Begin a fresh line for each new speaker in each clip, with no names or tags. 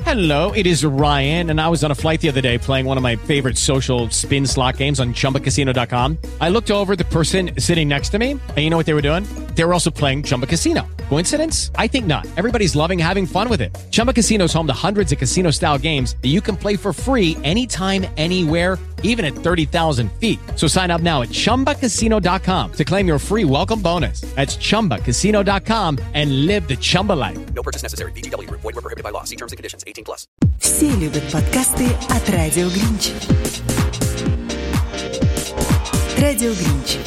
Hello, it is Ryan, and I was on a flight the other day playing one of my favorite social spin slot games on ChumbaCasino.com. I looked over at the person sitting next to me, and you know what they were doing? They were also playing Chumba Casino. Coincidence? I think not. Everybody's loving having fun with it. Chumba Casino is home to hundreds of casino-style games that you can play for free anytime, anywhere, even at 30,000 feet. So sign up now at ChumbaCasino.com to claim your free welcome bonus. That's ChumbaCasino.com and live the Chumba life.
No purchase necessary. VGW. Void where prohibited by law. See terms and conditions. 18+.
Все любят подкасты от Радио Гринч. Радио Гринч.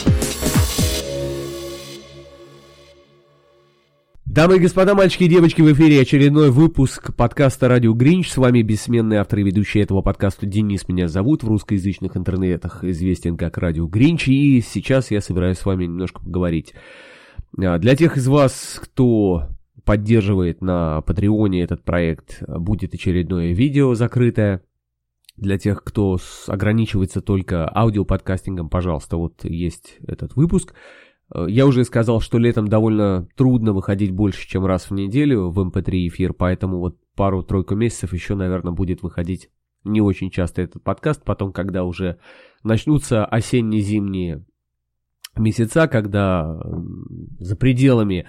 Дамы и господа, мальчики и девочки, в эфире очередной выпуск подкаста «Радио Гринч». С вами бессменный автор и ведущий этого подкаста Денис. Меня зовут, в русскоязычных интернетах известен как «Радио Гринч». И сейчас я собираюсь с вами немножко поговорить. Для тех из вас, кто поддерживает на Патреоне этот проект, будет очередное видео закрытое. Для тех, кто ограничивается только аудиоподкастингом, пожалуйста, вот есть этот выпуск. Я уже сказал, что летом довольно трудно выходить больше, чем раз в неделю в MP3 эфир, поэтому вот пару-тройку месяцев еще, наверное, будет выходить не очень часто этот подкаст. Потом, когда уже начнутся осенне-зимние месяца, когда за пределами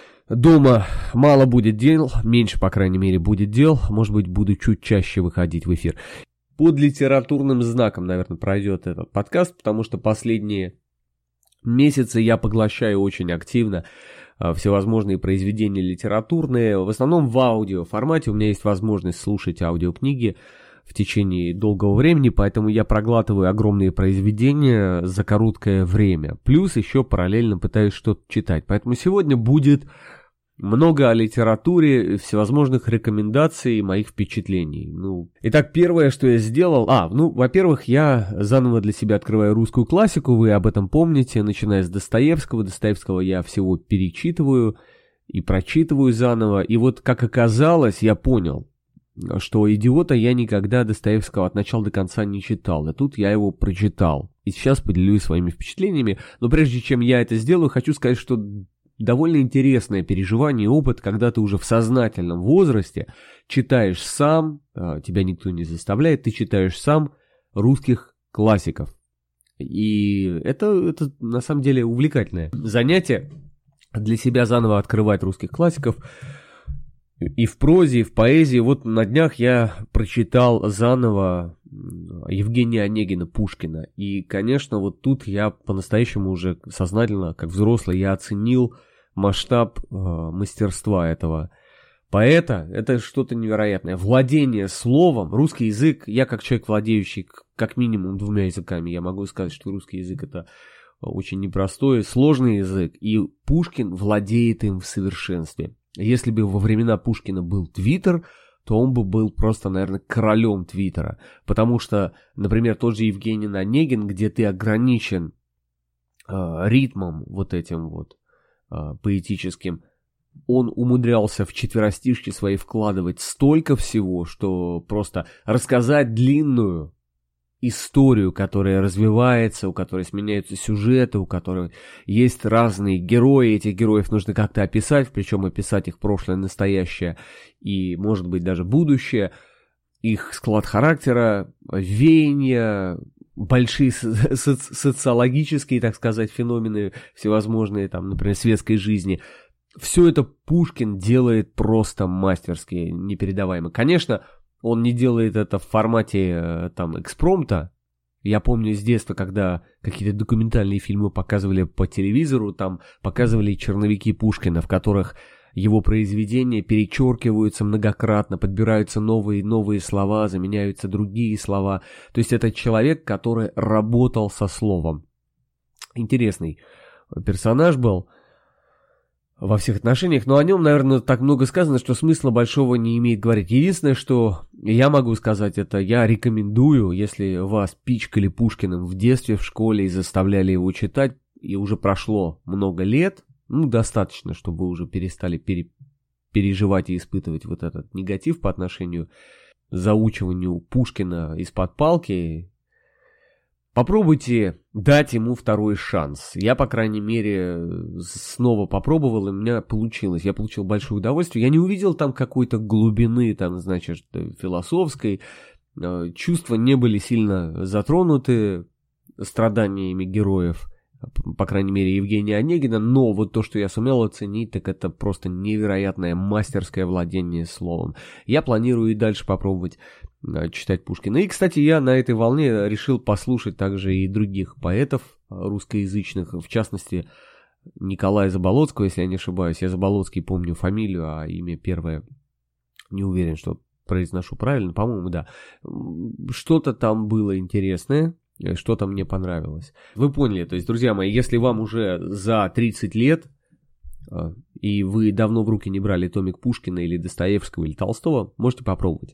дома мало будет дел, меньше, по крайней мере, будет дел, может быть, буду чуть чаще выходить в эфир. Под литературным знаком, наверное, пройдет этот подкаст, потому что последние месяцы я поглощаю очень активно всевозможные произведения литературные, в основном в аудио формате. У меня есть возможность слушать аудиокниги в течение долгого времени, поэтому я проглатываю огромные произведения за короткое время. Плюс еще параллельно пытаюсь что-то читать. Поэтому сегодня будет много о литературе, всевозможных рекомендаций и моих впечатлений. Итак, первое, что я сделал... во-первых, я заново для себя открываю русскую классику, вы об этом помните, начиная с Достоевского. Достоевского я всего перечитываю и прочитываю заново. И вот, как оказалось, я понял, что «Идиота» я никогда Достоевского от начала до конца не читал. И тут я его прочитал. И сейчас поделюсь своими впечатлениями. Но прежде чем я это сделаю, хочу сказать, что довольно интересное переживание и опыт, когда ты уже в сознательном возрасте читаешь сам, тебя никто не заставляет, ты читаешь сам русских классиков. И это на самом деле увлекательное занятие для себя заново открывать русских классиков и в прозе, и в поэзии. Вот на днях я прочитал заново Евгения Онегина Пушкина. И, конечно, вот тут я по-настоящему уже сознательно, как взрослый, я оценил масштаб мастерства этого поэта. Это что-то невероятное. Владение словом, русский язык, я как человек, владеющий как минимум 2 языками, я могу сказать, что русский язык это очень непростой, сложный язык, и Пушкин владеет им в совершенстве. Если бы во времена Пушкина был Твиттер, то он бы был просто, наверное, королем Твиттера. Потому что, например, тот же Евгений Онегин, где ты ограничен ритмом вот этим вот поэтическим, он умудрялся в четверостишки свои вкладывать столько всего, что просто рассказать длинную историю, которая развивается, у которой сменяются сюжеты, у которой есть разные герои, этих героев нужно как-то описать, причем описать их прошлое, настоящее и, может быть, даже будущее, их склад характера, веяния, большие социологические, так сказать, феномены всевозможные, там, например, светской жизни. Все это Пушкин делает просто мастерски, непередаваемо. Конечно, он не делает это в формате там экспромта. Я помню с детства, когда какие-то документальные фильмы показывали по телевизору, там показывали черновики Пушкина, в которых его произведения перечеркиваются многократно, подбираются новые слова, заменяются другие слова. То есть это человек, который работал со словом. Интересный персонаж был во всех отношениях, но о нем, наверное, так много сказано, что смысла большого не имеет говорить. Единственное, что я могу сказать, это я рекомендую, если вас пичкали Пушкиным в детстве, в школе и заставляли его читать, и уже прошло много лет, достаточно, чтобы вы уже перестали переживать и испытывать вот этот негатив по отношению к заучиванию Пушкина из-под палки. попробуйте дать ему второй шанс. Я, по крайней мере, снова попробовал, и у меня получилось. Я получил большое удовольствие. Я не увидел там какой-то глубины, там, значит, философской. Чувства не были сильно затронуты страданиями героев, по крайней мере, Евгения Онегина, но вот то, что я сумел оценить, так это просто невероятное мастерское владение словом. Я планирую и дальше попробовать читать Пушкина. И, кстати, я на этой волне решил послушать также и других поэтов русскоязычных, в частности, Николая Заболоцкого, если я не ошибаюсь. Я Заболоцкий помню фамилию, а имя первое не уверен, что произношу правильно, по-моему, да. Что-то там было интересное. Что-то мне понравилось. Вы поняли, то есть, друзья мои, если вам уже за 30 лет, и вы давно в руки не брали томик Пушкина или Достоевского или Толстого, можете попробовать.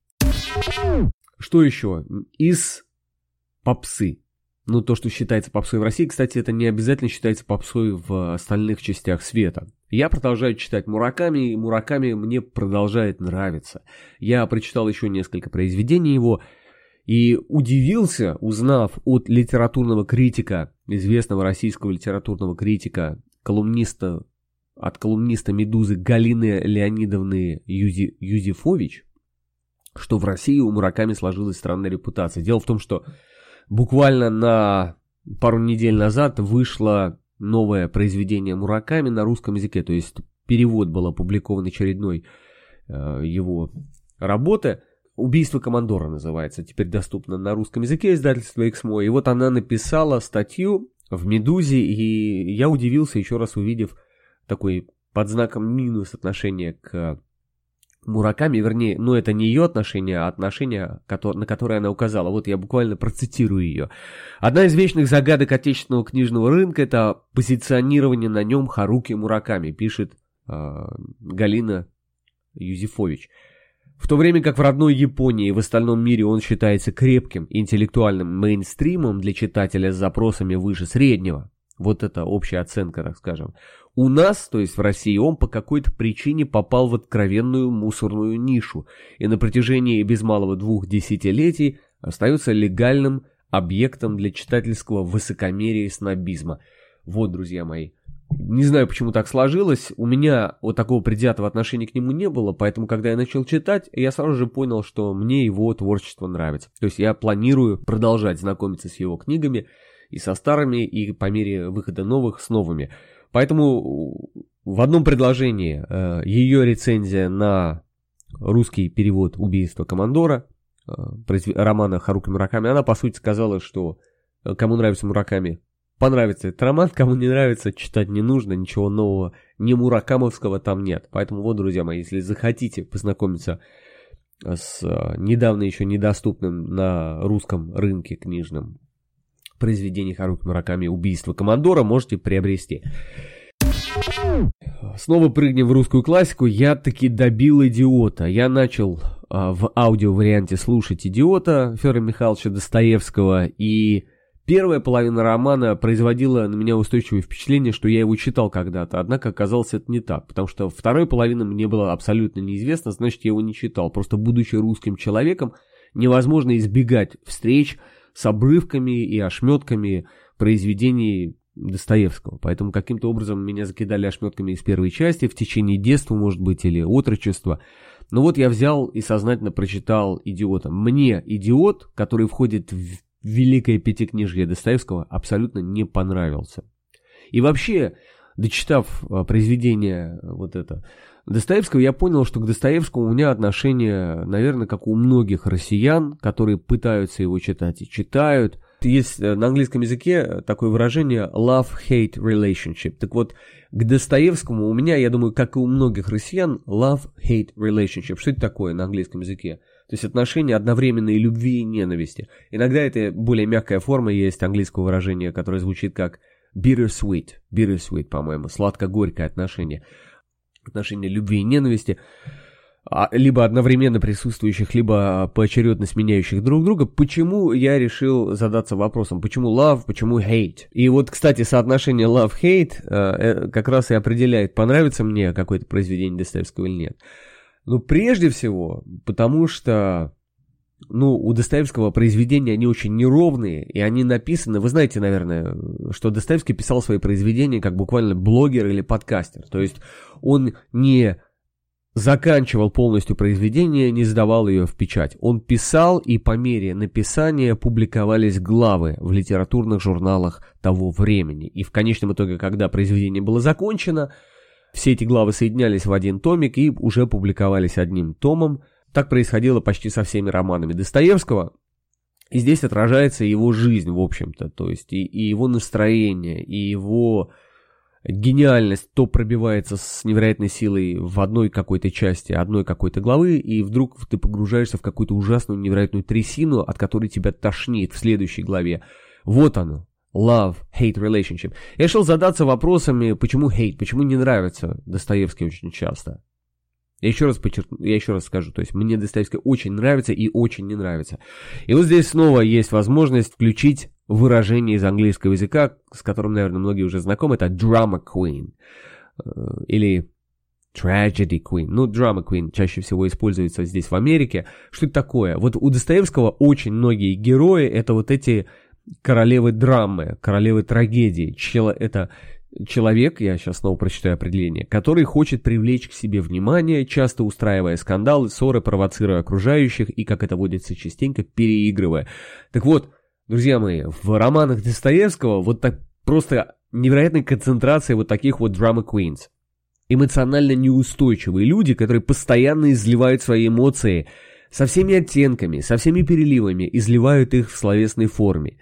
Что еще? Из попсы. Ну, то, что считается попсой в России, кстати, это не обязательно считается попсой в остальных частях света. Я продолжаю читать Мураками, и Мураками мне продолжает нравиться. Я прочитал еще несколько произведений его, и удивился, узнав от литературного критика, известного российского литературного критика, колумниста «Медузы» Галины Леонидовны Юзефович, что в России у Мураками сложилась странная репутация. Дело в том, что буквально на пару недель назад вышло новое произведение Мураками на русском языке, то есть перевод был опубликован очередной его работы. «Убийство командора» называется, теперь доступно на русском языке, издательство «Эксмо». И вот она написала статью в «Медузе», и я удивился, еще раз увидев такой под знаком минус отношение к Мураками, вернее, ну это не ее отношение, а отношение, на которое она указала. Вот я буквально процитирую ее. «Одна из вечных загадок отечественного книжного рынка – это позиционирование на нем Харуки Мураками», пишет Галина Юзефович. В то время как в родной Японии и в остальном мире он считается крепким интеллектуальным мейнстримом для читателя с запросами выше среднего, вот это общая оценка, так скажем, у нас, то есть в России, он по какой-то причине попал в откровенную мусорную нишу и на протяжении без малого 2 десятилетий остается легальным объектом для читательского высокомерия и снобизма. Вот, друзья мои. Не знаю, почему так сложилось, у меня вот такого предвзятого отношения к нему не было, поэтому, когда я начал читать, я сразу же понял, что мне его творчество нравится. То есть я планирую продолжать знакомиться с его книгами и со старыми, и по мере выхода новых с новыми. Поэтому в одном предложении ее рецензия на русский перевод «Убийство командора», романа Харуки Мураками, она по сути сказала, что кому нравится Мураками, понравится этот роман, кому не нравится, читать не нужно, ничего нового, ни муракамовского там нет. Поэтому вот, друзья мои, если захотите познакомиться с недавно еще недоступным на русском рынке книжным произведением Харуки Мураками «Убийство командора», можете приобрести. Снова прыгнем в русскую классику. Я таки добил «Идиота». Я начал в аудиоварианте слушать «Идиота» Федора Михайловича Достоевского, и первая половина романа производила на меня устойчивое впечатление, что я его читал когда-то, однако оказалось это не так, потому что второй половины мне было абсолютно неизвестно, значит я его не читал. Просто будучи русским человеком, невозможно избегать встреч с обрывками и ошметками произведений Достоевского. Поэтому каким-то образом меня закидали ошметками из первой части в течение детства, может быть, или отрочества. Но вот я взял и сознательно прочитал «Идиота». Мне «Идиот», который входит в Великое пятикнижье Достоевского, абсолютно не понравился. И вообще, дочитав произведение вот это Достоевского, я понял, что к Достоевскому у меня отношение, наверное, как у многих россиян, которые пытаются его читать и читают. Есть на английском языке такое выражение love-hate relationship. Так вот, к Достоевскому у меня, я думаю, как и у многих россиян, love-hate relationship. Что это такое на английском языке? То есть отношения одновременной любви и ненависти. Иногда это более мягкая форма, есть английского выражения, которое звучит как bittersweet, по-моему, сладко-горькое отношение. Отношения любви и ненависти, либо одновременно присутствующих, либо поочередно сменяющих друг друга. Почему я решил задаться вопросом, почему love, почему hate? И вот, кстати, соотношение love-hate как раз и определяет, понравится мне какое-то произведение Достоевского или нет. Ну, прежде всего, потому что у Достоевского произведения, они очень неровные, и они написаны, вы знаете, наверное, что Достоевский писал свои произведения как буквально блогер или подкастер, то есть он не заканчивал полностью произведение, не сдавал ее в печать. Он писал, и по мере написания публиковались главы в литературных журналах того времени. И в конечном итоге, когда произведение было закончено, все эти главы соединялись в один томик и уже публиковались одним томом. Так происходило почти со всеми романами Достоевского. И здесь отражается его жизнь, в общем-то. То есть и его настроение, и его гениальность то пробивается с невероятной силой в одной какой-то части, одной какой-то главы, и вдруг ты погружаешься в какую-то ужасную невероятную трясину, от которой тебя тошнит в следующей главе. Вот оно. Love-hate relationship. Я решил задаться вопросами, почему hate, почему не нравится Достоевский очень часто. Я еще раз скажу, то есть мне Достоевский очень нравится и очень не нравится. И вот здесь снова есть возможность включить выражение из английского языка, с которым, наверное, многие уже знакомы, это drama queen или tragedy queen. Drama queen чаще всего используется здесь в Америке. Что это такое? Вот у Достоевского очень многие герои это вот эти королевы драмы, королевы трагедии. Это человек, я сейчас снова прочитаю определение, который хочет привлечь к себе внимание, часто устраивая скандалы, ссоры, провоцируя окружающих и, как это водится частенько, переигрывая. Так вот, друзья мои, в романах Достоевского вот так просто невероятная концентрация вот таких вот drama queens. Эмоционально неустойчивые люди, которые постоянно изливают свои эмоции со всеми оттенками, со всеми переливами, изливают их в словесной форме.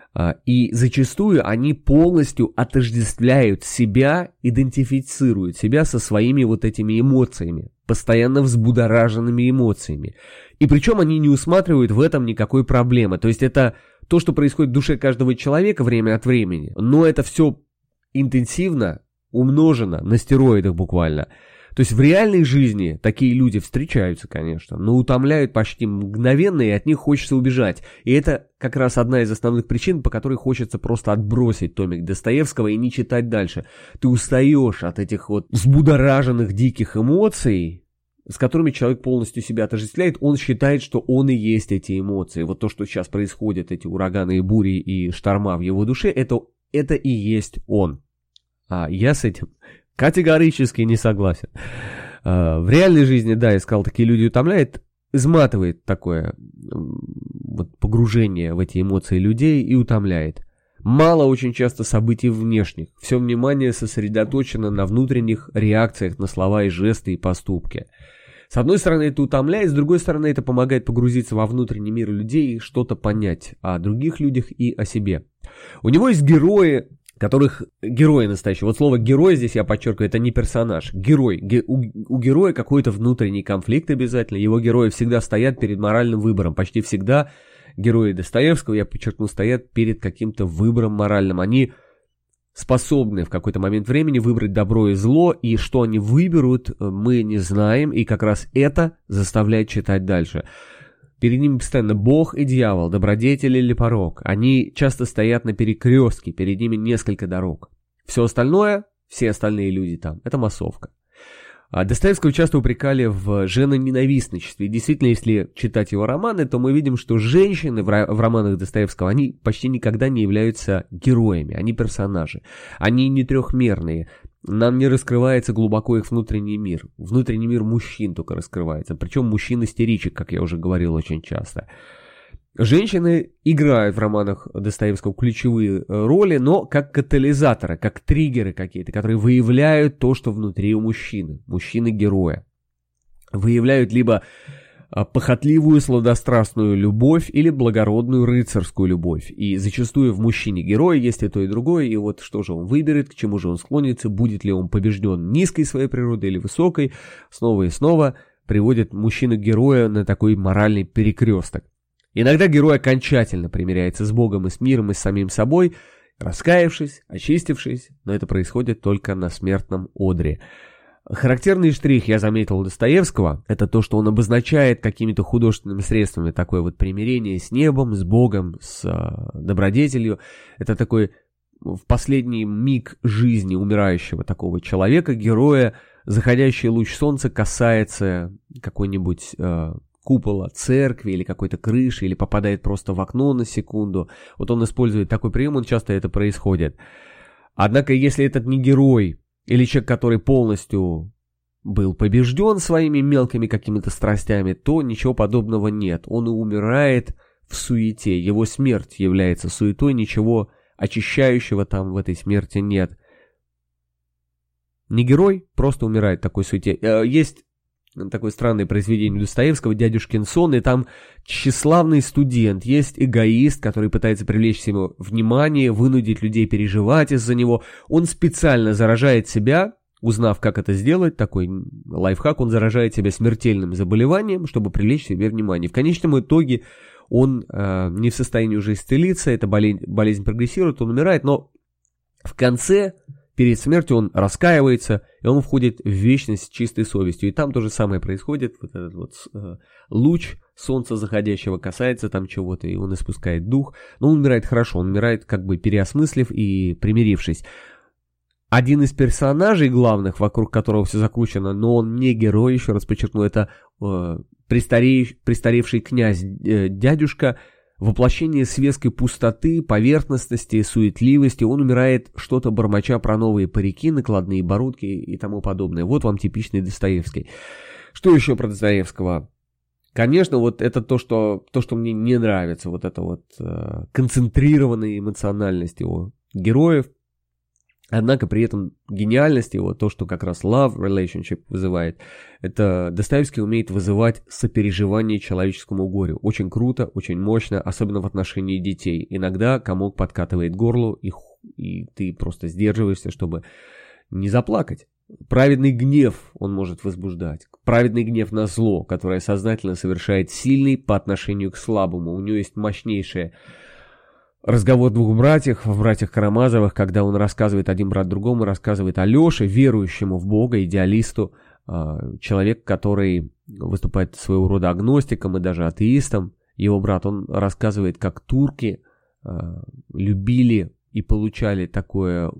И зачастую они полностью отождествляют себя, идентифицируют себя со своими вот этими эмоциями, постоянно взбудораженными эмоциями. И причем они не усматривают в этом никакой проблемы. То есть это то, что происходит в душе каждого человека время от времени, но это все интенсивно умножено на стероидах буквально. То есть в реальной жизни такие люди встречаются, конечно, но утомляют почти мгновенно, и от них хочется убежать. И это как раз одна из основных причин, по которой хочется просто отбросить томик Достоевского и не читать дальше. Ты устаешь от этих вот взбудораженных диких эмоций, с которыми человек полностью себя отождествляет. Он считает, что он и есть эти эмоции. Вот то, что сейчас происходит, эти ураганы и бури и шторма в его душе, это и есть он. А я с этим категорически не согласен. В реальной жизни, да, я сказал, такие люди утомляет, изматывает такое вот погружение в эти эмоции людей и утомляет. Мало очень часто событий внешних. Все внимание сосредоточено на внутренних реакциях на слова и жесты и поступки. С одной стороны, это утомляет, с другой стороны, это помогает погрузиться во внутренний мир людей и что-то понять о других людях и о себе. У него есть герои, герои настоящие. Вот слово «герой» здесь, я подчеркиваю, это не персонаж. Герой. У героя какой-то внутренний конфликт обязательно. Его герои всегда стоят перед моральным выбором. Почти всегда герои Достоевского, я подчеркну, стоят перед каким-то выбором моральным. Они способны в какой-то момент времени выбрать добро и зло, и что они выберут, мы не знаем, и как раз это заставляет читать дальше. Перед ними постоянно Бог и дьявол, добродетель или порок. Они часто стоят на перекрестке, перед ними несколько дорог. Все остальное, все остальные люди там, это массовка. Достоевского часто упрекали в женоненавистничестве. И действительно, если читать его романы, то мы видим, что женщины в романах Достоевского, они почти никогда не являются героями, они персонажи. Они не трехмерные. Нам не раскрывается глубоко их внутренний мир. Внутренний мир мужчин только раскрывается. Причем мужчин-истеричек, как я уже говорил очень часто. Женщины играют в романах Достоевского ключевые роли, но как катализаторы, как триггеры какие-то, которые выявляют то, что внутри у мужчины-героя. Выявляют либо похотливую сладострастную любовь или благородную рыцарскую любовь. И зачастую в мужчине-герое есть и то, и другое, и вот что же он выберет, к чему же он склонится, будет ли он побежден низкой своей природой или высокой, снова и снова приводит мужчину-героя на такой моральный перекресток. Иногда герой окончательно примиряется с Богом и с миром, и с самим собой, раскаявшись, очистившись, но это происходит только на смертном одре. Характерный штрих, я заметил, у Достоевского, это то, что он обозначает какими-то художественными средствами такое вот примирение с небом, с Богом, с добродетелью. Это такой в последний миг жизни умирающего такого человека, героя, заходящий луч солнца касается какой-нибудь купола церкви или какой-то крыши, или попадает просто в окно на секунду. Вот он использует такой прием, он часто это происходит. Однако, если этот не герой, или человек, который полностью был побежден своими мелкими какими-то страстями, то ничего подобного нет. Он и умирает в суете. Его смерть является суетой, ничего очищающего там в этой смерти нет. Не герой, просто умирает в такой суете. Есть такое странное произведение Достоевского «Дядюшкин сон», и там тщеславный студент, есть эгоист, который пытается привлечь себе внимание, вынудить людей переживать из-за него. Он специально заражает себя, узнав, как это сделать, такой лайфхак, он заражает себя смертельным заболеванием, чтобы привлечь себе внимание. В конечном итоге он не в состоянии уже исцелиться, эта болезнь прогрессирует, он умирает, но в конце, перед смертью, он раскаивается, и он входит в вечность с чистой совестью. И там то же самое происходит, вот этот вот луч солнца заходящего касается там чего-то, и он испускает дух, но он умирает хорошо, он умирает как бы переосмыслив и примирившись. Один из персонажей главных, вокруг которого все закручено, но он не герой, еще раз подчеркну, это престаревший князь, дядюшка, воплощение светской пустоты, поверхностности, суетливости. Он умирает, что-то бормоча про новые парики, накладные бородки и тому подобное. Вот вам типичный Достоевский. Что еще про Достоевского? Конечно, вот это то, что мне не нравится, вот эта вот концентрированная эмоциональность его героев. Однако при этом гениальность его, то, что как раз love relationship вызывает, это Достоевский умеет вызывать сопереживание человеческому горю. Очень круто, очень мощно, особенно в отношении детей. Иногда комок подкатывает к горлу, и ты просто сдерживаешься, чтобы не заплакать. Праведный гнев он может возбуждать. Праведный гнев на зло, которое сознательно совершает сильный по отношению к слабому. У него есть мощнейшее разговор двух братьев Карамазовых, когда он рассказывает, один брат другому рассказывает о Леше, верующему в Бога, идеалисту, человек, который выступает своего рода агностиком и даже атеистом. Его брат, он рассказывает, как турки любили и получали такое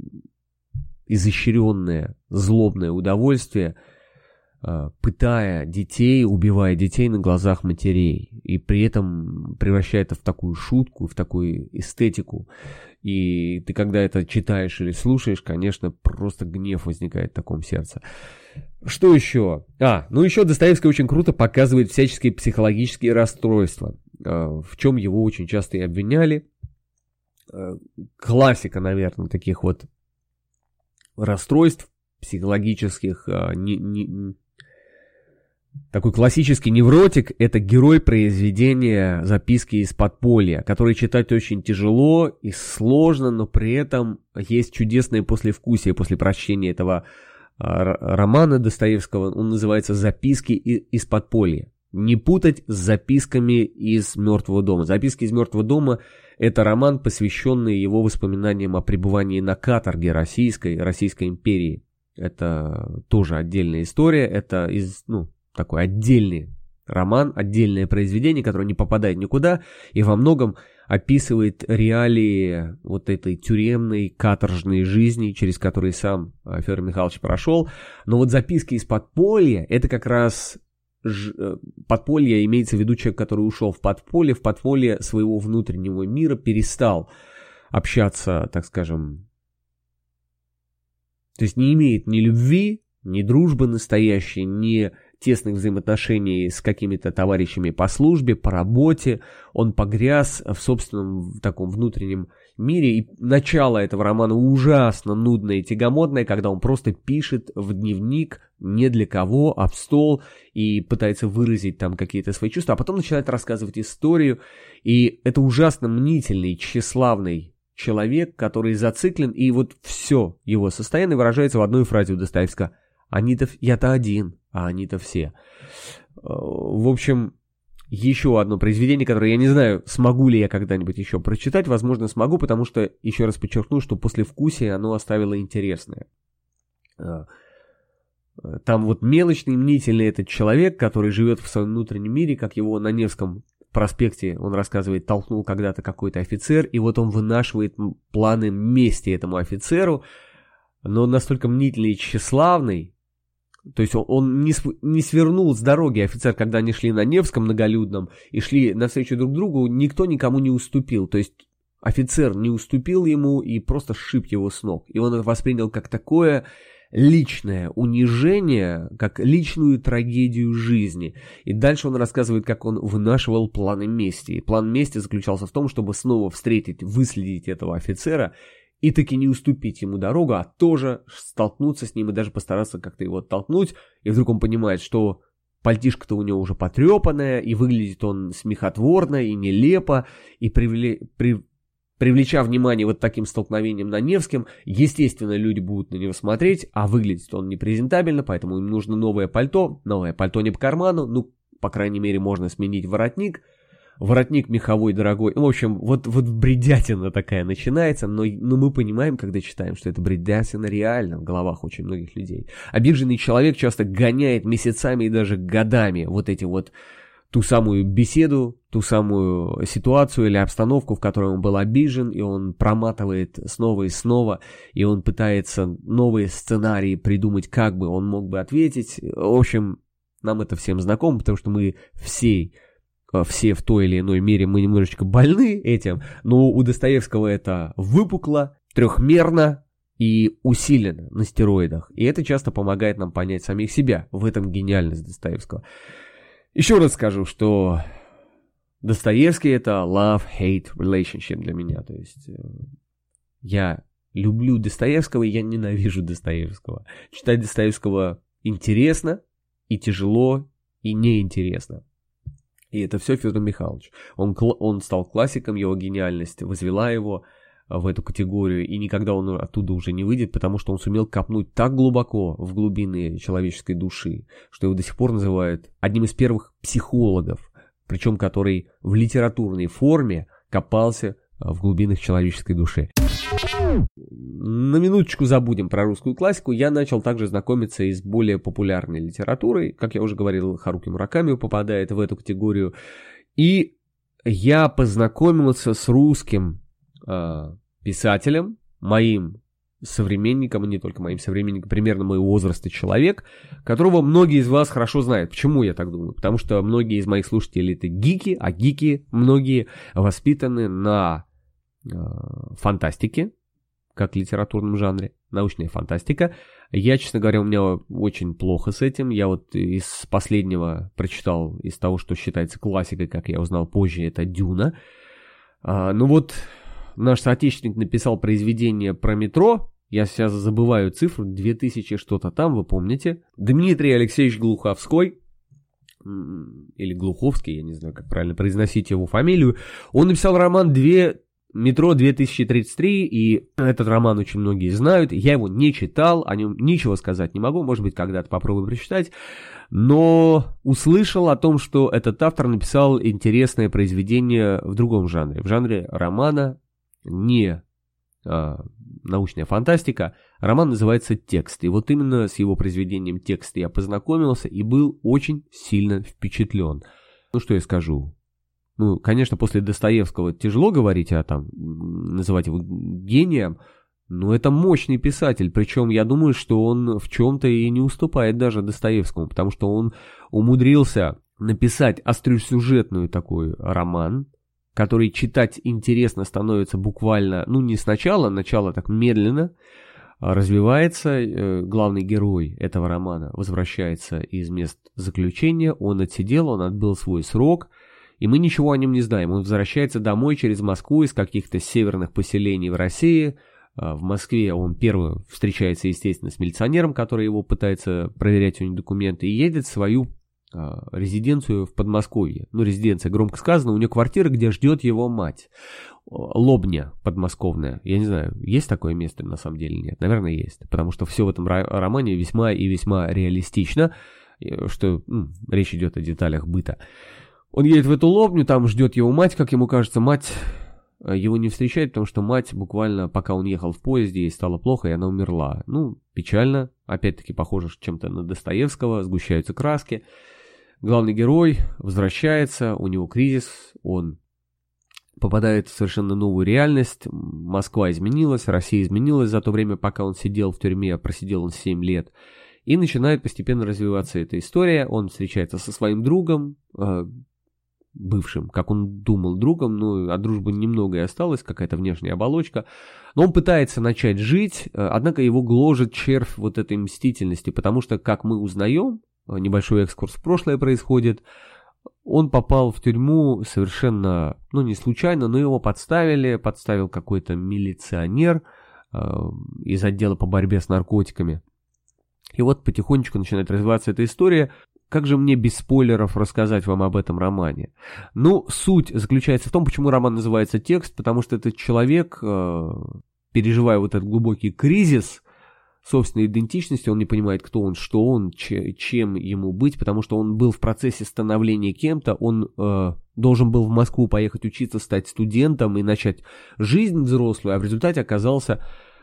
изощренное, злобное удовольствие, пытая детей, убивая детей на глазах матерей, и при этом превращая это в такую шутку, в такую эстетику. И ты, когда это читаешь или слушаешь, конечно, просто гнев возникает в таком сердце. Что еще? Еще Достоевский очень круто показывает всяческие психологические расстройства, в чем его очень часто и обвиняли. Классика, наверное, таких вот расстройств психологических, такой классический невротик — это герой произведения «Записки из подполья», который читать очень тяжело и сложно, но при этом есть чудесное послевкусие после прочтения этого романа Достоевского. Он называется «Записки из подполья». Не путать с записками из «Мертвого дома». «Записки из Мертвого дома» — это роман, посвященный его воспоминаниям о пребывании на каторге Российской империи. Это тоже отдельная история, это такой отдельный роман, отдельное произведение, которое не попадает никуда и во многом описывает реалии вот этой тюремной, каторжной жизни, через которые сам Федор Михайлович прошел. Но вот «Записки из подполья» — это как раз подполье, имеется в виду человек, который ушел в подполье своего внутреннего мира, перестал общаться, так скажем, то есть не имеет ни любви, ни дружбы настоящей, ни тесных взаимоотношений с какими-то товарищами по службе, по работе. Он погряз в собственном таком внутреннем мире. И начало этого романа ужасно нудное и тягомотное, когда он просто пишет в дневник не для кого, а в стол, и пытается выразить там какие-то свои чувства, а потом начинает рассказывать историю. И это ужасно мнительный, тщеславный человек, который зациклен, и вот все его состояние выражается в одной фразе у Достоевского: я-то один, а они-то все. В общем, еще одно произведение, которое я не знаю, смогу ли я когда-нибудь еще прочитать. Возможно, смогу, потому что, еще раз подчеркну, что послевкусие оно оставило интересное. Там вот мелочный, мнительный этот человек, который живет в своем внутреннем мире, как его на Невском проспекте, он рассказывает, толкнул когда-то какой-то офицер, и вот он вынашивает планы мести этому офицеру, но он настолько мнительный и тщеславный, То есть он не свернул с дороги, офицер, когда они шли на Невском многолюдном и шли навстречу друг другу, никто никому не уступил. То есть офицер не уступил ему и просто сшиб его с ног. И он это воспринял как такое личное унижение, как личную трагедию жизни. И дальше он рассказывает, как он вынашивал планы мести. И план мести заключался в том, чтобы снова встретить, выследить этого офицера и таки не уступить ему дорогу, а тоже столкнуться с ним и даже постараться как-то его оттолкнуть. И вдруг он понимает, что пальтишко-то у него уже потрепанное, и выглядит он смехотворно и нелепо, и привлеча внимание вот таким столкновением на Невском, естественно, люди будут на него смотреть, а выглядит он непрезентабельно, поэтому им нужно новое пальто не по карману, ну, по крайней мере, можно сменить воротник меховой, дорогой. В общем, вот бредятина такая начинается, но мы понимаем, когда читаем, что это бредятина реально в головах очень многих людей. Обиженный человек часто гоняет месяцами и даже годами вот эти вот ту самую беседу, ту самую ситуацию или обстановку, в которой он был обижен, и он проматывает снова и снова, и он пытается новые сценарии придумать, как бы он мог бы ответить. В общем, нам это всем знакомо, потому что мы все в той или иной мере мы немножечко больны этим, но у Достоевского это выпукло, трехмерно и усиленно на стероидах. И это часто помогает нам понять самих себя. В этом гениальность Достоевского. Еще раз скажу, что Достоевский это love-hate relationship для меня. То есть я люблю Достоевского, и я ненавижу Достоевского. Читать Достоевского интересно, и тяжело, и неинтересно. И это все Федор Михайлович. Он стал классиком, его гениальность возвела его в эту категорию, и никогда он оттуда уже не выйдет, потому что он сумел копнуть так глубоко в глубины человеческой души, что его до сих пор называют одним из первых психологов, причем который в литературной форме копался в глубинах человеческой души. На минуточку забудем про русскую классику. Я начал также знакомиться и с более популярной литературой. Как я уже говорил, Харуки Мураками попадает в эту категорию. И я познакомился с русским писателем, моим современником, и не только моим современником, примерно моего возраста человек, которого многие из вас хорошо знают. Почему я так думаю? Потому что многие из моих слушателей это гики, а гики многие воспитаны на фантастике, как литературном жанре, научная фантастика. Я, честно говоря, у меня очень плохо с этим. Я вот из последнего прочитал, из того, что считается классикой, как я узнал позже, это «Дюна». Ну вот, наш соотечественник написал произведение про метро. Я сейчас забываю цифру, 2000 что-то там, вы помните. Дмитрий Алексеевич Глуховской, или Глуховский, я не знаю, как правильно произносить его фамилию. Он написал роман «Метро 2033», и этот роман очень многие знают. Я его не читал, о нем ничего сказать не могу, может быть, когда-то попробую прочитать. Но услышал о том, что этот автор написал интересное произведение в другом жанре. В жанре романа, не научная фантастика. Роман называется «Текст». И вот именно с его произведением «Текст» я познакомился и был очень сильно впечатлен. Ну, что я скажу? Ну, конечно, после Достоевского тяжело говорить называть его гением, но это мощный писатель, причем я думаю, что он в чем-то и не уступает даже Достоевскому, потому что он умудрился написать остросюжетную такой роман, который читать интересно становится буквально, не сначала, начало так медленно развивается. Главный герой этого романа возвращается из мест заключения, он отсидел, он отбыл свой срок, и мы ничего о нем не знаем. Он возвращается домой через Москву из каких-то северных поселений в России. В Москве он первый встречается, естественно, с милиционером, который его пытается проверять у него документы, и едет в свою резиденцию в Подмосковье. Резиденция громко сказано, у него квартира, где ждет его мать. Лобня подмосковная. Я не знаю, есть такое место на самом деле? Нет, наверное, есть. Потому что все в этом романе весьма и весьма реалистично, что речь идет о деталях быта. Он едет в эту Лобню, там ждет его мать, как ему кажется, мать его не встречает, потому что мать буквально, пока он ехал в поезде, ей стало плохо, и она умерла. Печально, опять-таки похоже чем-то на Достоевского, сгущаются краски. Главный герой возвращается, у него кризис, он попадает в совершенно новую реальность. Москва изменилась, Россия изменилась за то время, пока он сидел в тюрьме, просидел он 7 лет. И начинает постепенно развиваться эта история. Он встречается со своим другом, бывшим, как он думал, другом, но от дружбы немного и осталось, какая-то внешняя оболочка. Но он пытается начать жить, однако его гложет червь вот этой мстительности, потому что, как мы узнаем, небольшой экскурс в прошлое происходит, он попал в тюрьму совершенно, не случайно, но его подставил какой-то милиционер из отдела по борьбе с наркотиками. И вот потихонечку начинает развиваться эта история. Как же мне без спойлеров рассказать вам об этом романе? Суть заключается в том, почему роман называется «Текст», потому что этот человек, переживая вот этот глубокий кризис собственной идентичности, он не понимает, кто он, что он, чем ему быть, потому что он был в процессе становления кем-то, он должен был в Москву поехать учиться, стать студентом и начать жизнь взрослую, а в результате оказался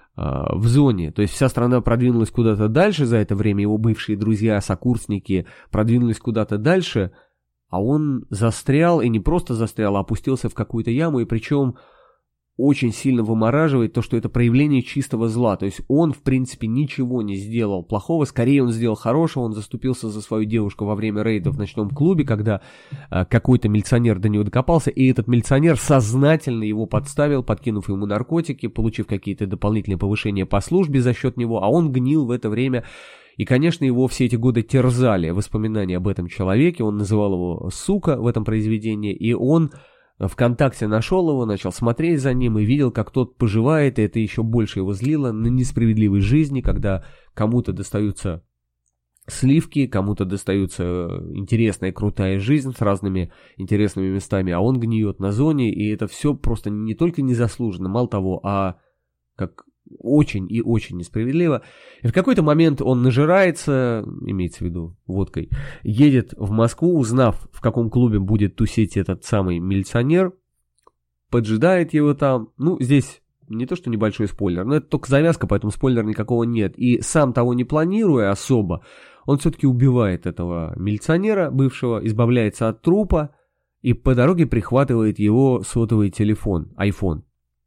в зоне. То есть вся страна продвинулась куда-то дальше за это время, его бывшие друзья, сокурсники продвинулись куда-то дальше, а он застрял, и не просто застрял, а опустился в какую-то яму, и причем очень сильно вымораживает то, что это проявление чистого зла. То есть он, в принципе, ничего не сделал плохого, скорее он сделал хорошего, он заступился за свою девушку во время рейда в ночном клубе, когда какой-то милиционер до него докопался, и этот милиционер сознательно его подставил, подкинув ему наркотики, получив какие-то дополнительные повышения по службе за счет него, а он гнил в это время. И, конечно, его все эти годы терзали воспоминания об этом человеке, он называл его «сука» в этом произведении, и он ВКонтакте нашел его, начал смотреть за ним и видел, как тот поживает, и это еще больше его злило на несправедливой жизни, когда кому-то достаются сливки, кому-то достается интересная, крутая жизнь с разными интересными местами, а он гниет на зоне, и это все просто не только незаслуженно, мало того, а как очень и очень несправедливо. И в какой-то момент он нажирается, имеется в виду водкой, едет в Москву, узнав, в каком клубе будет тусить этот самый милиционер, поджидает его там. Здесь не то, что небольшой спойлер, но это только завязка, поэтому спойлера никакого нет. И сам того не планируя особо, он все-таки убивает этого милиционера бывшего, избавляется от трупа и по дороге прихватывает его сотовый телефон, iPhone.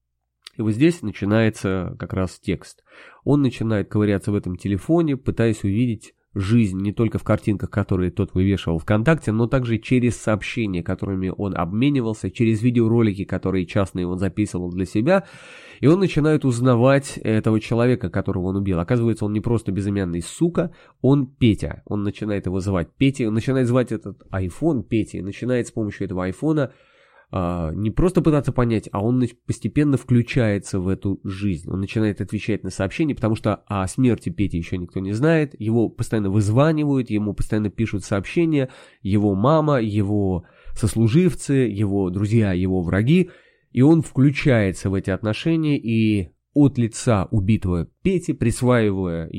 И вот здесь начинается как раз текст. Он начинает ковыряться в этом телефоне, пытаясь увидеть жизнь не только в картинках, которые тот вывешивал ВКонтакте, но также через сообщения, которыми он обменивался, через видеоролики, которые частные он записывал для себя. И он начинает узнавать этого человека, которого он убил. Оказывается, он не просто безымянный сука, он Петя. Он начинает его звать Петей, он начинает звать этот iPhone Петей, начинает с помощью этого айфона не просто пытаться понять, а он постепенно включается в эту жизнь. Он начинает отвечать на сообщения, потому что о смерти Пети еще никто не знает. Его постоянно вызванивают, ему постоянно пишут сообщения. Его мама, его сослуживцы, его друзья, его враги. И он включается в эти отношения и от лица убитого Пети, присваивая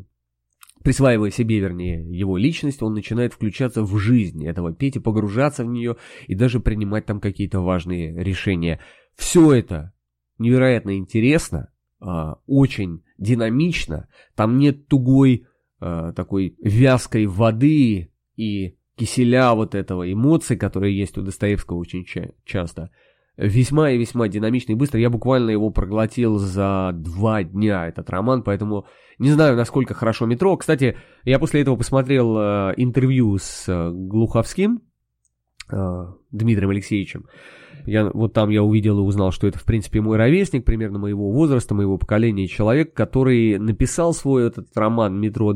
себе, его личность, он начинает включаться в жизнь этого Пети, погружаться в нее и даже принимать там какие-то важные решения. Все это невероятно интересно, очень динамично, там нет тугой такой вязкой воды и киселя вот этого эмоций, которые есть у Достоевского очень часто. Весьма и весьма динамично и быстро. Я буквально его проглотил за 2 дня, этот роман, поэтому не знаю, насколько хорошо «Метро». Кстати, я после этого посмотрел интервью с Глуховским, Дмитрием Алексеевичем. Там я увидел и узнал, что это, в принципе, мой ровесник, примерно моего возраста, моего поколения, человек, который написал свой этот роман «Метро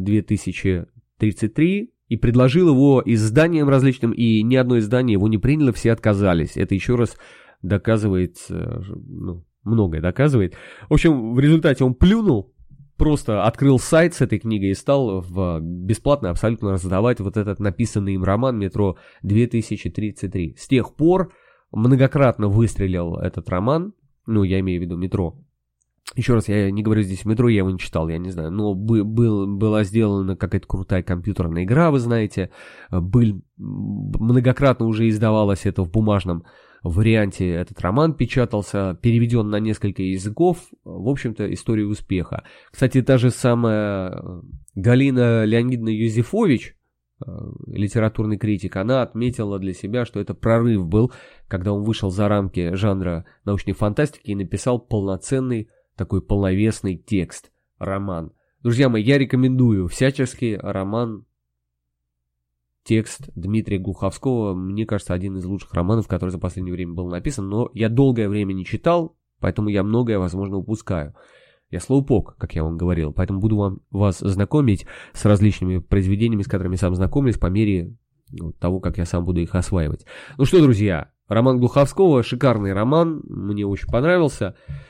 2033», и предложил его изданиям различным, и ни одно издание его не приняло, все отказались. Это еще раз доказывает, многое доказывает. В общем, в результате он плюнул, просто открыл сайт с этой книгой и стал бесплатно абсолютно раздавать вот этот написанный им роман «Метро 2033». С тех пор многократно выстрелил этот роман, я имею в виду «Метро». Еще раз, я не говорю здесь «Метро», я его не читал, я не знаю, но была сделана какая-то крутая компьютерная игра, вы знаете, многократно уже издавалось это в бумажном варианте, этот роман печатался, переведен на несколько языков, в общем-то, история успеха. Кстати, та же самая Галина Леонидовна Юзефович, литературный критик, она отметила для себя, что это прорыв был, когда он вышел за рамки жанра научной фантастики и написал полноценный такой полновесный текст, роман. Друзья мои, я рекомендую всячески роман «Текст» Дмитрия Глуховского. Мне кажется, один из лучших романов, который за последнее время был написан, но я долгое время не читал, поэтому я многое, возможно, упускаю. Я слоупок, как я вам говорил, поэтому буду вас знакомить с различными произведениями, с которыми сам знакомлюсь по мере того, как я сам буду их осваивать. Ну что, друзья, роман Глуховского, шикарный роман, мне очень понравился.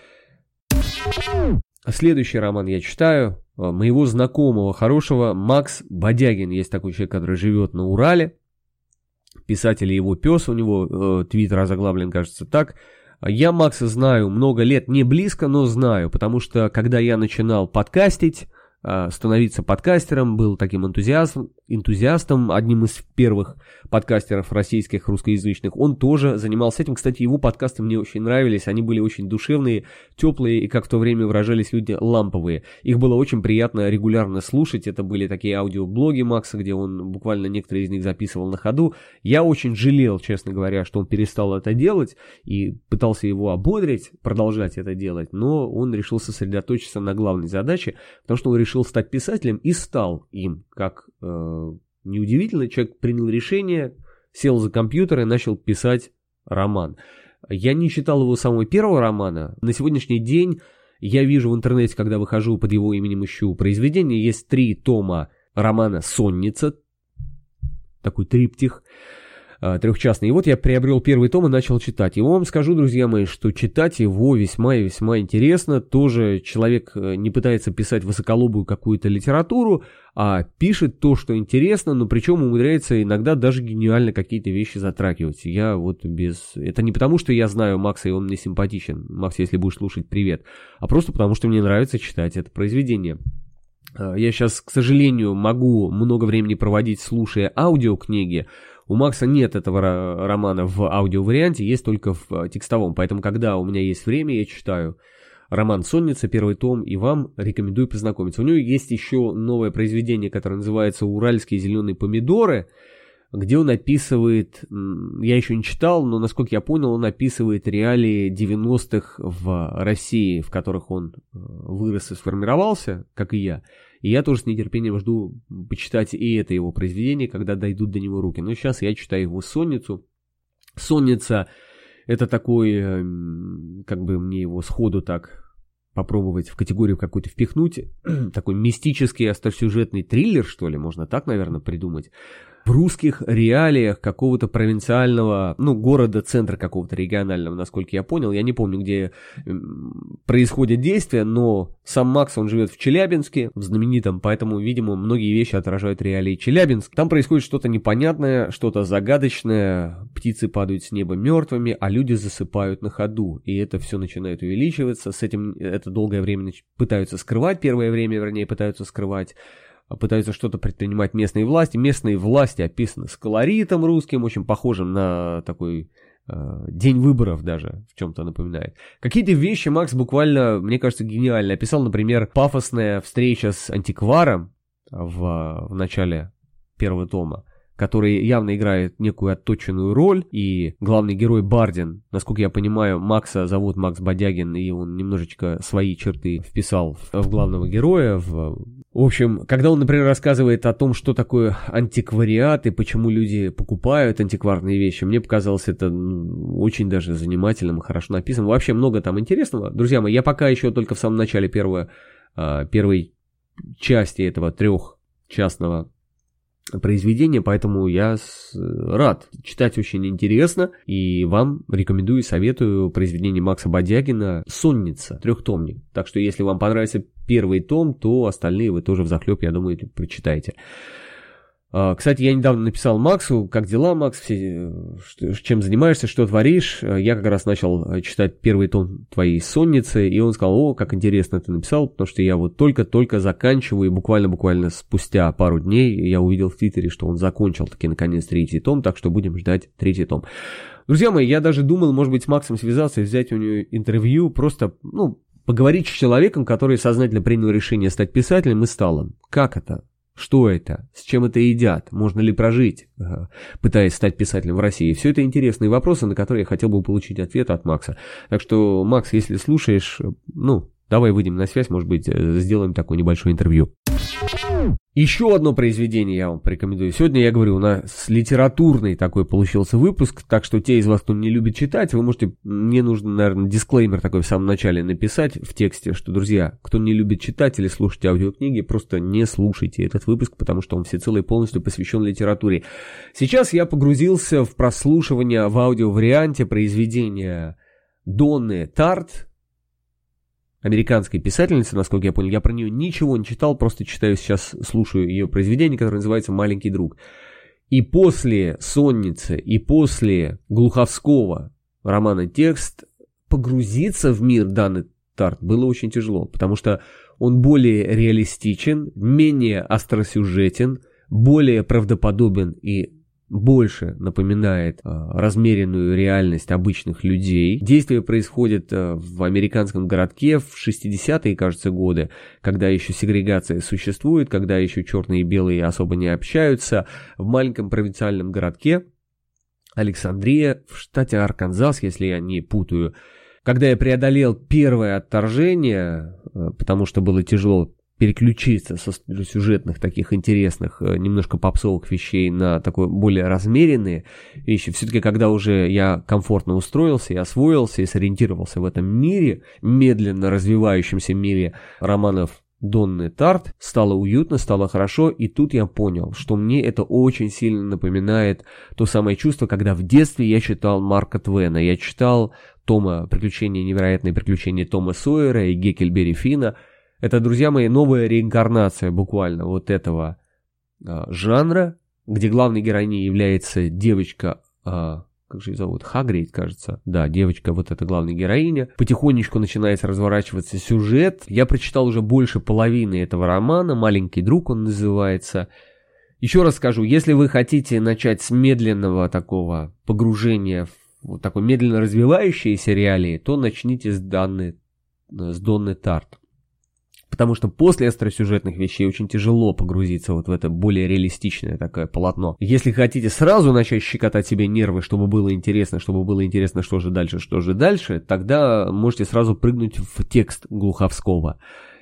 Следующий роман я читаю моего знакомого хорошего Макс Бодягин. Есть такой человек, который живет на Урале. Писатель и его пес, у него твиттер озаглавлен, кажется, так. Я Макса знаю много лет, не близко, но знаю, потому что когда я начинал подкастить, становиться подкастером, был таким энтузиастом, одним из первых подкастеров российских, русскоязычных. Он тоже занимался этим. Кстати, его подкасты мне очень нравились, они были очень душевные, теплые и, как в то время выражались люди, ламповые. Их было очень приятно регулярно слушать. Это были такие аудиоблоги Макса, где он буквально некоторые из них записывал на ходу. Я очень жалел, честно говоря, что он перестал это делать и пытался его ободрить, продолжать это делать, но он решил сосредоточиться на главной задаче, потому что он решил стать писателем и стал им. Как неудивительно, человек принял решение, сел за компьютер и начал писать роман. Я не читал его самого первого романа. На сегодняшний день я вижу в интернете, когда выхожу под его именем, ищу произведения, есть 3 тома романа «Сонница», такой триптих, трехчастный. И вот я приобрел первый том и начал читать. И вам скажу, друзья мои, что читать его весьма и весьма интересно. Тоже человек не пытается писать высоколобую какую-то литературу, а пишет то, что интересно, но причем умудряется иногда даже гениально какие-то вещи затрагивать. Я вот без... Это не потому, что я знаю Макса и он мне симпатичен. Макс, если будешь слушать, привет. А просто потому, что мне нравится читать это произведение. Я сейчас, к сожалению, могу много времени проводить, слушая аудиокниги. У Макса нет этого романа в аудиоварианте, есть только в текстовом. Поэтому, когда у меня есть время, я читаю роман «Сонница», первый том, и вам рекомендую познакомиться. У него есть еще новое произведение, которое называется «Уральские зеленые помидоры», где он описывает, я еще не читал, но, насколько я понял, он описывает реалии 90-х в России, в которых он вырос и сформировался, как и я. И я тоже с нетерпением жду почитать и это его произведение, когда дойдут до него руки. Но сейчас я читаю его «Сонницу». «Сонница» — это такой, как бы мне его сходу так попробовать в категорию какую-то впихнуть, такой мистический остросюжетный триллер, что ли, можно так, наверное, придумать. В русских реалиях какого-то провинциального, города, центра какого-то регионального, насколько я понял. Я не помню, где происходит действие, но сам Макс, он живет в Челябинске, в знаменитом, поэтому, видимо, многие вещи отражают реалии Челябинска. Там происходит что-то непонятное, что-то загадочное, птицы падают с неба мертвыми, а люди засыпают на ходу. И это все начинает увеличиваться, с этим это долгое время пытаются скрывать, первое время, вернее, пытаются скрывать. Пытаются что-то предпринимать местные власти. Местные власти описаны с колоритом русским, очень похожим на такой день выборов даже, в чем-то напоминает. Какие-то вещи Макс буквально, мне кажется, гениально описал. Например, пафосная встреча с антикваром в начале первого тома, который явно играет некую отточенную роль, и главный герой Бардин, насколько я понимаю, Макса зовут Макс Бодягин, и он немножечко свои черты вписал в главного героя. В общем, когда он, например, рассказывает о том, что такое антиквариат и почему люди покупают антикварные вещи, мне показалось это очень даже занимательным и хорошо написано. Вообще много там интересного. Друзья мои, я пока еще только в самом начале первой части этого трехчастного произведение, поэтому я рад. Читать очень интересно, и вам рекомендую и советую произведение Макса Бодягина «Сонница», трехтомник. Так что, если вам понравится первый том, то остальные вы тоже взахлеб, я думаю, прочитаете. Кстати, я недавно написал Максу: как дела, Макс, чем занимаешься, что творишь. Я как раз начал читать первый том твоей «Сонницы», и он сказал: о, как интересно ты написал, потому что я вот только-только заканчиваю, и буквально спустя пару дней я увидел в Твиттере, что он закончил таки наконец 3-й том, так что будем ждать 3-й том. Друзья мои, я даже думал, может быть, с Максом связаться и взять у него интервью, просто, поговорить с человеком, который сознательно принял решение стать писателем и стал им. Как это? Что это? С чем это едят? Можно ли прожить, пытаясь стать писателем в России? Все это интересные вопросы, на которые я хотел бы получить ответ от Макса. Так что, Макс, если слушаешь, Давай выйдем на связь, может быть, сделаем такое небольшое интервью. Еще одно произведение я вам порекомендую. Сегодня, я говорю, у нас литературный такой получился выпуск, так что те из вас, кто не любит читать, вы можете, мне нужно, наверное, дисклеймер такой в самом начале написать в тексте, что, друзья, кто не любит читать или слушать аудиокниги, просто не слушайте этот выпуск, потому что он всецело и полностью посвящен литературе. Сейчас я погрузился в прослушивание в аудиоварианте произведения Донны Тарт, американской писательницы, насколько я понял. Я про нее ничего не читал, просто читаю сейчас, слушаю ее произведение, которое называется «Маленький друг». И после «Сонницы», и после Глуховского романа «Текст» погрузиться в мир Донны Тарт было очень тяжело, потому что он более реалистичен, менее остросюжетен, более правдоподобен и больше напоминает размеренную реальность обычных людей. Действие происходит в американском городке в 60-е, кажется, годы, когда еще сегрегация существует, когда еще черные и белые особо не общаются, в маленьком провинциальном городке Александрия в штате Арканзас, если я не путаю. Когда я преодолел первое отторжение, потому что было тяжело переключиться со сюжетных таких интересных, немножко попсовых вещей на такое более размеренные вещи. Все-таки, когда уже я комфортно устроился, и освоился, и сориентировался в этом мире, медленно развивающемся мире романов Донны Тарт, стало уютно, стало хорошо, и тут я понял, что мне это очень сильно напоминает то самое чувство, когда в детстве я читал Марка Твена, я читал тома «Невероятные приключения Тома Сойера» и «Геккельбери Финна». Это, друзья мои, новая реинкарнация буквально вот этого жанра, где главной героиней является девочка, как же ее зовут, Хагрид, кажется. Да, девочка, вот эта главная героиня. Потихонечку начинается разворачиваться сюжет. Я прочитал уже больше половины этого романа, «Маленький друг» он называется. Еще раз скажу, если вы хотите начать с медленного такого погружения в вот такой медленно развивающиеся реалии, то начните с Донны Тарт. Потому что после остросюжетных вещей очень тяжело погрузиться вот в это более реалистичное такое полотно. Если хотите сразу начать щекотать себе нервы, чтобы было интересно, что же дальше, тогда можете сразу прыгнуть в текст Глуховского.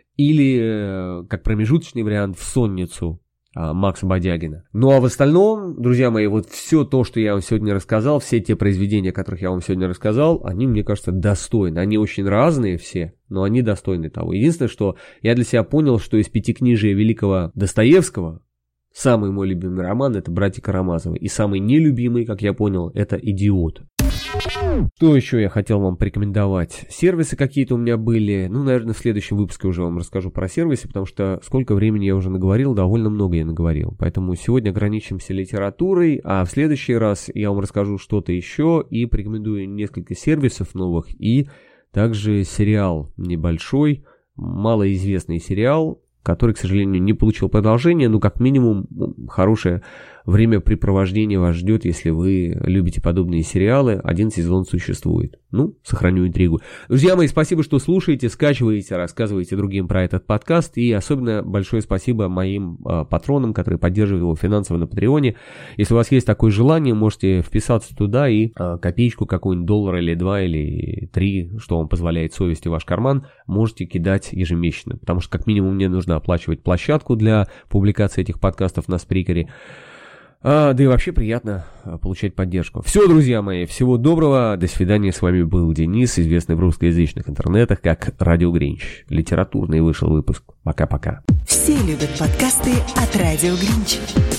Или, как промежуточный вариант, в «Сонницу» Макса Бодягина. Ну а в остальном, друзья мои, вот все то, что я вам сегодня рассказал, все те произведения, о которых я вам сегодня рассказал, они, мне кажется, достойны. Они очень разные все, но они достойны того. Единственное, что я для себя понял, что из пятикнижия великого Достоевского самый мой любимый роман — это «Братья Карамазовы». И самый нелюбимый, как я понял, это «Идиот». Что еще я хотел вам порекомендовать? Сервисы какие-то у меня были. Ну, наверное, в следующем выпуске уже вам расскажу про сервисы, потому что сколько времени я уже наговорил, довольно много я наговорил. Поэтому сегодня ограничимся литературой, а в следующий раз я вам расскажу что-то еще и порекомендую несколько сервисов новых и также сериал небольшой, малоизвестный сериал, который, к сожалению, не получил продолжения, но как минимум хорошее времяпрепровождение вас ждет, если вы любите подобные сериалы. 1 сезон существует. Ну, сохраню интригу. Друзья мои, спасибо, что слушаете, скачиваете, рассказываете другим про этот подкаст. И особенно большое спасибо моим патронам, которые поддерживают его финансово на Патреоне. Если у вас есть такое желание, можете вписаться туда и копеечку какую-нибудь, $1 или 2 или 3, что вам позволяет совесть и ваш карман, можете кидать ежемесячно. Потому что как минимум мне нужно оплачивать площадку для публикации этих подкастов на Сприкере. Да и вообще приятно получать поддержку. Все, друзья мои, всего доброго, до свидания. С вами был Денис, известный в русскоязычных интернетах как Радио Гринч. Литературный вышел выпуск. Пока-пока.
Все любят подкасты от Радио Гринч.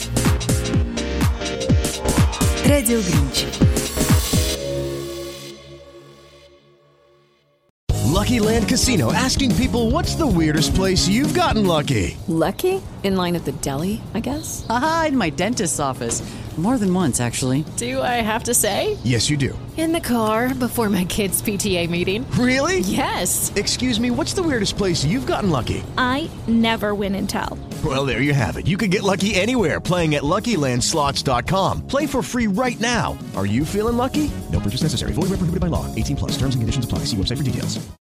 Радио Гринч.
Lucky Land Casino, asking people, what's the weirdest place you've gotten lucky?
Lucky? In line at the deli, I guess?
Aha, in my dentist's office. More than once, actually.
Do I have to say?
Yes, you do.
In the car before my kids' PTA meeting.
Really?
Yes.
Excuse me, what's the weirdest place you've gotten lucky?
I never win and tell.
Well, there you have it. You can get lucky anywhere, playing at LuckyLandSlots.com. Play for free right now. Are you feeling lucky? No purchase necessary. Void where prohibited by law. 18+. Terms and conditions apply. See website for details.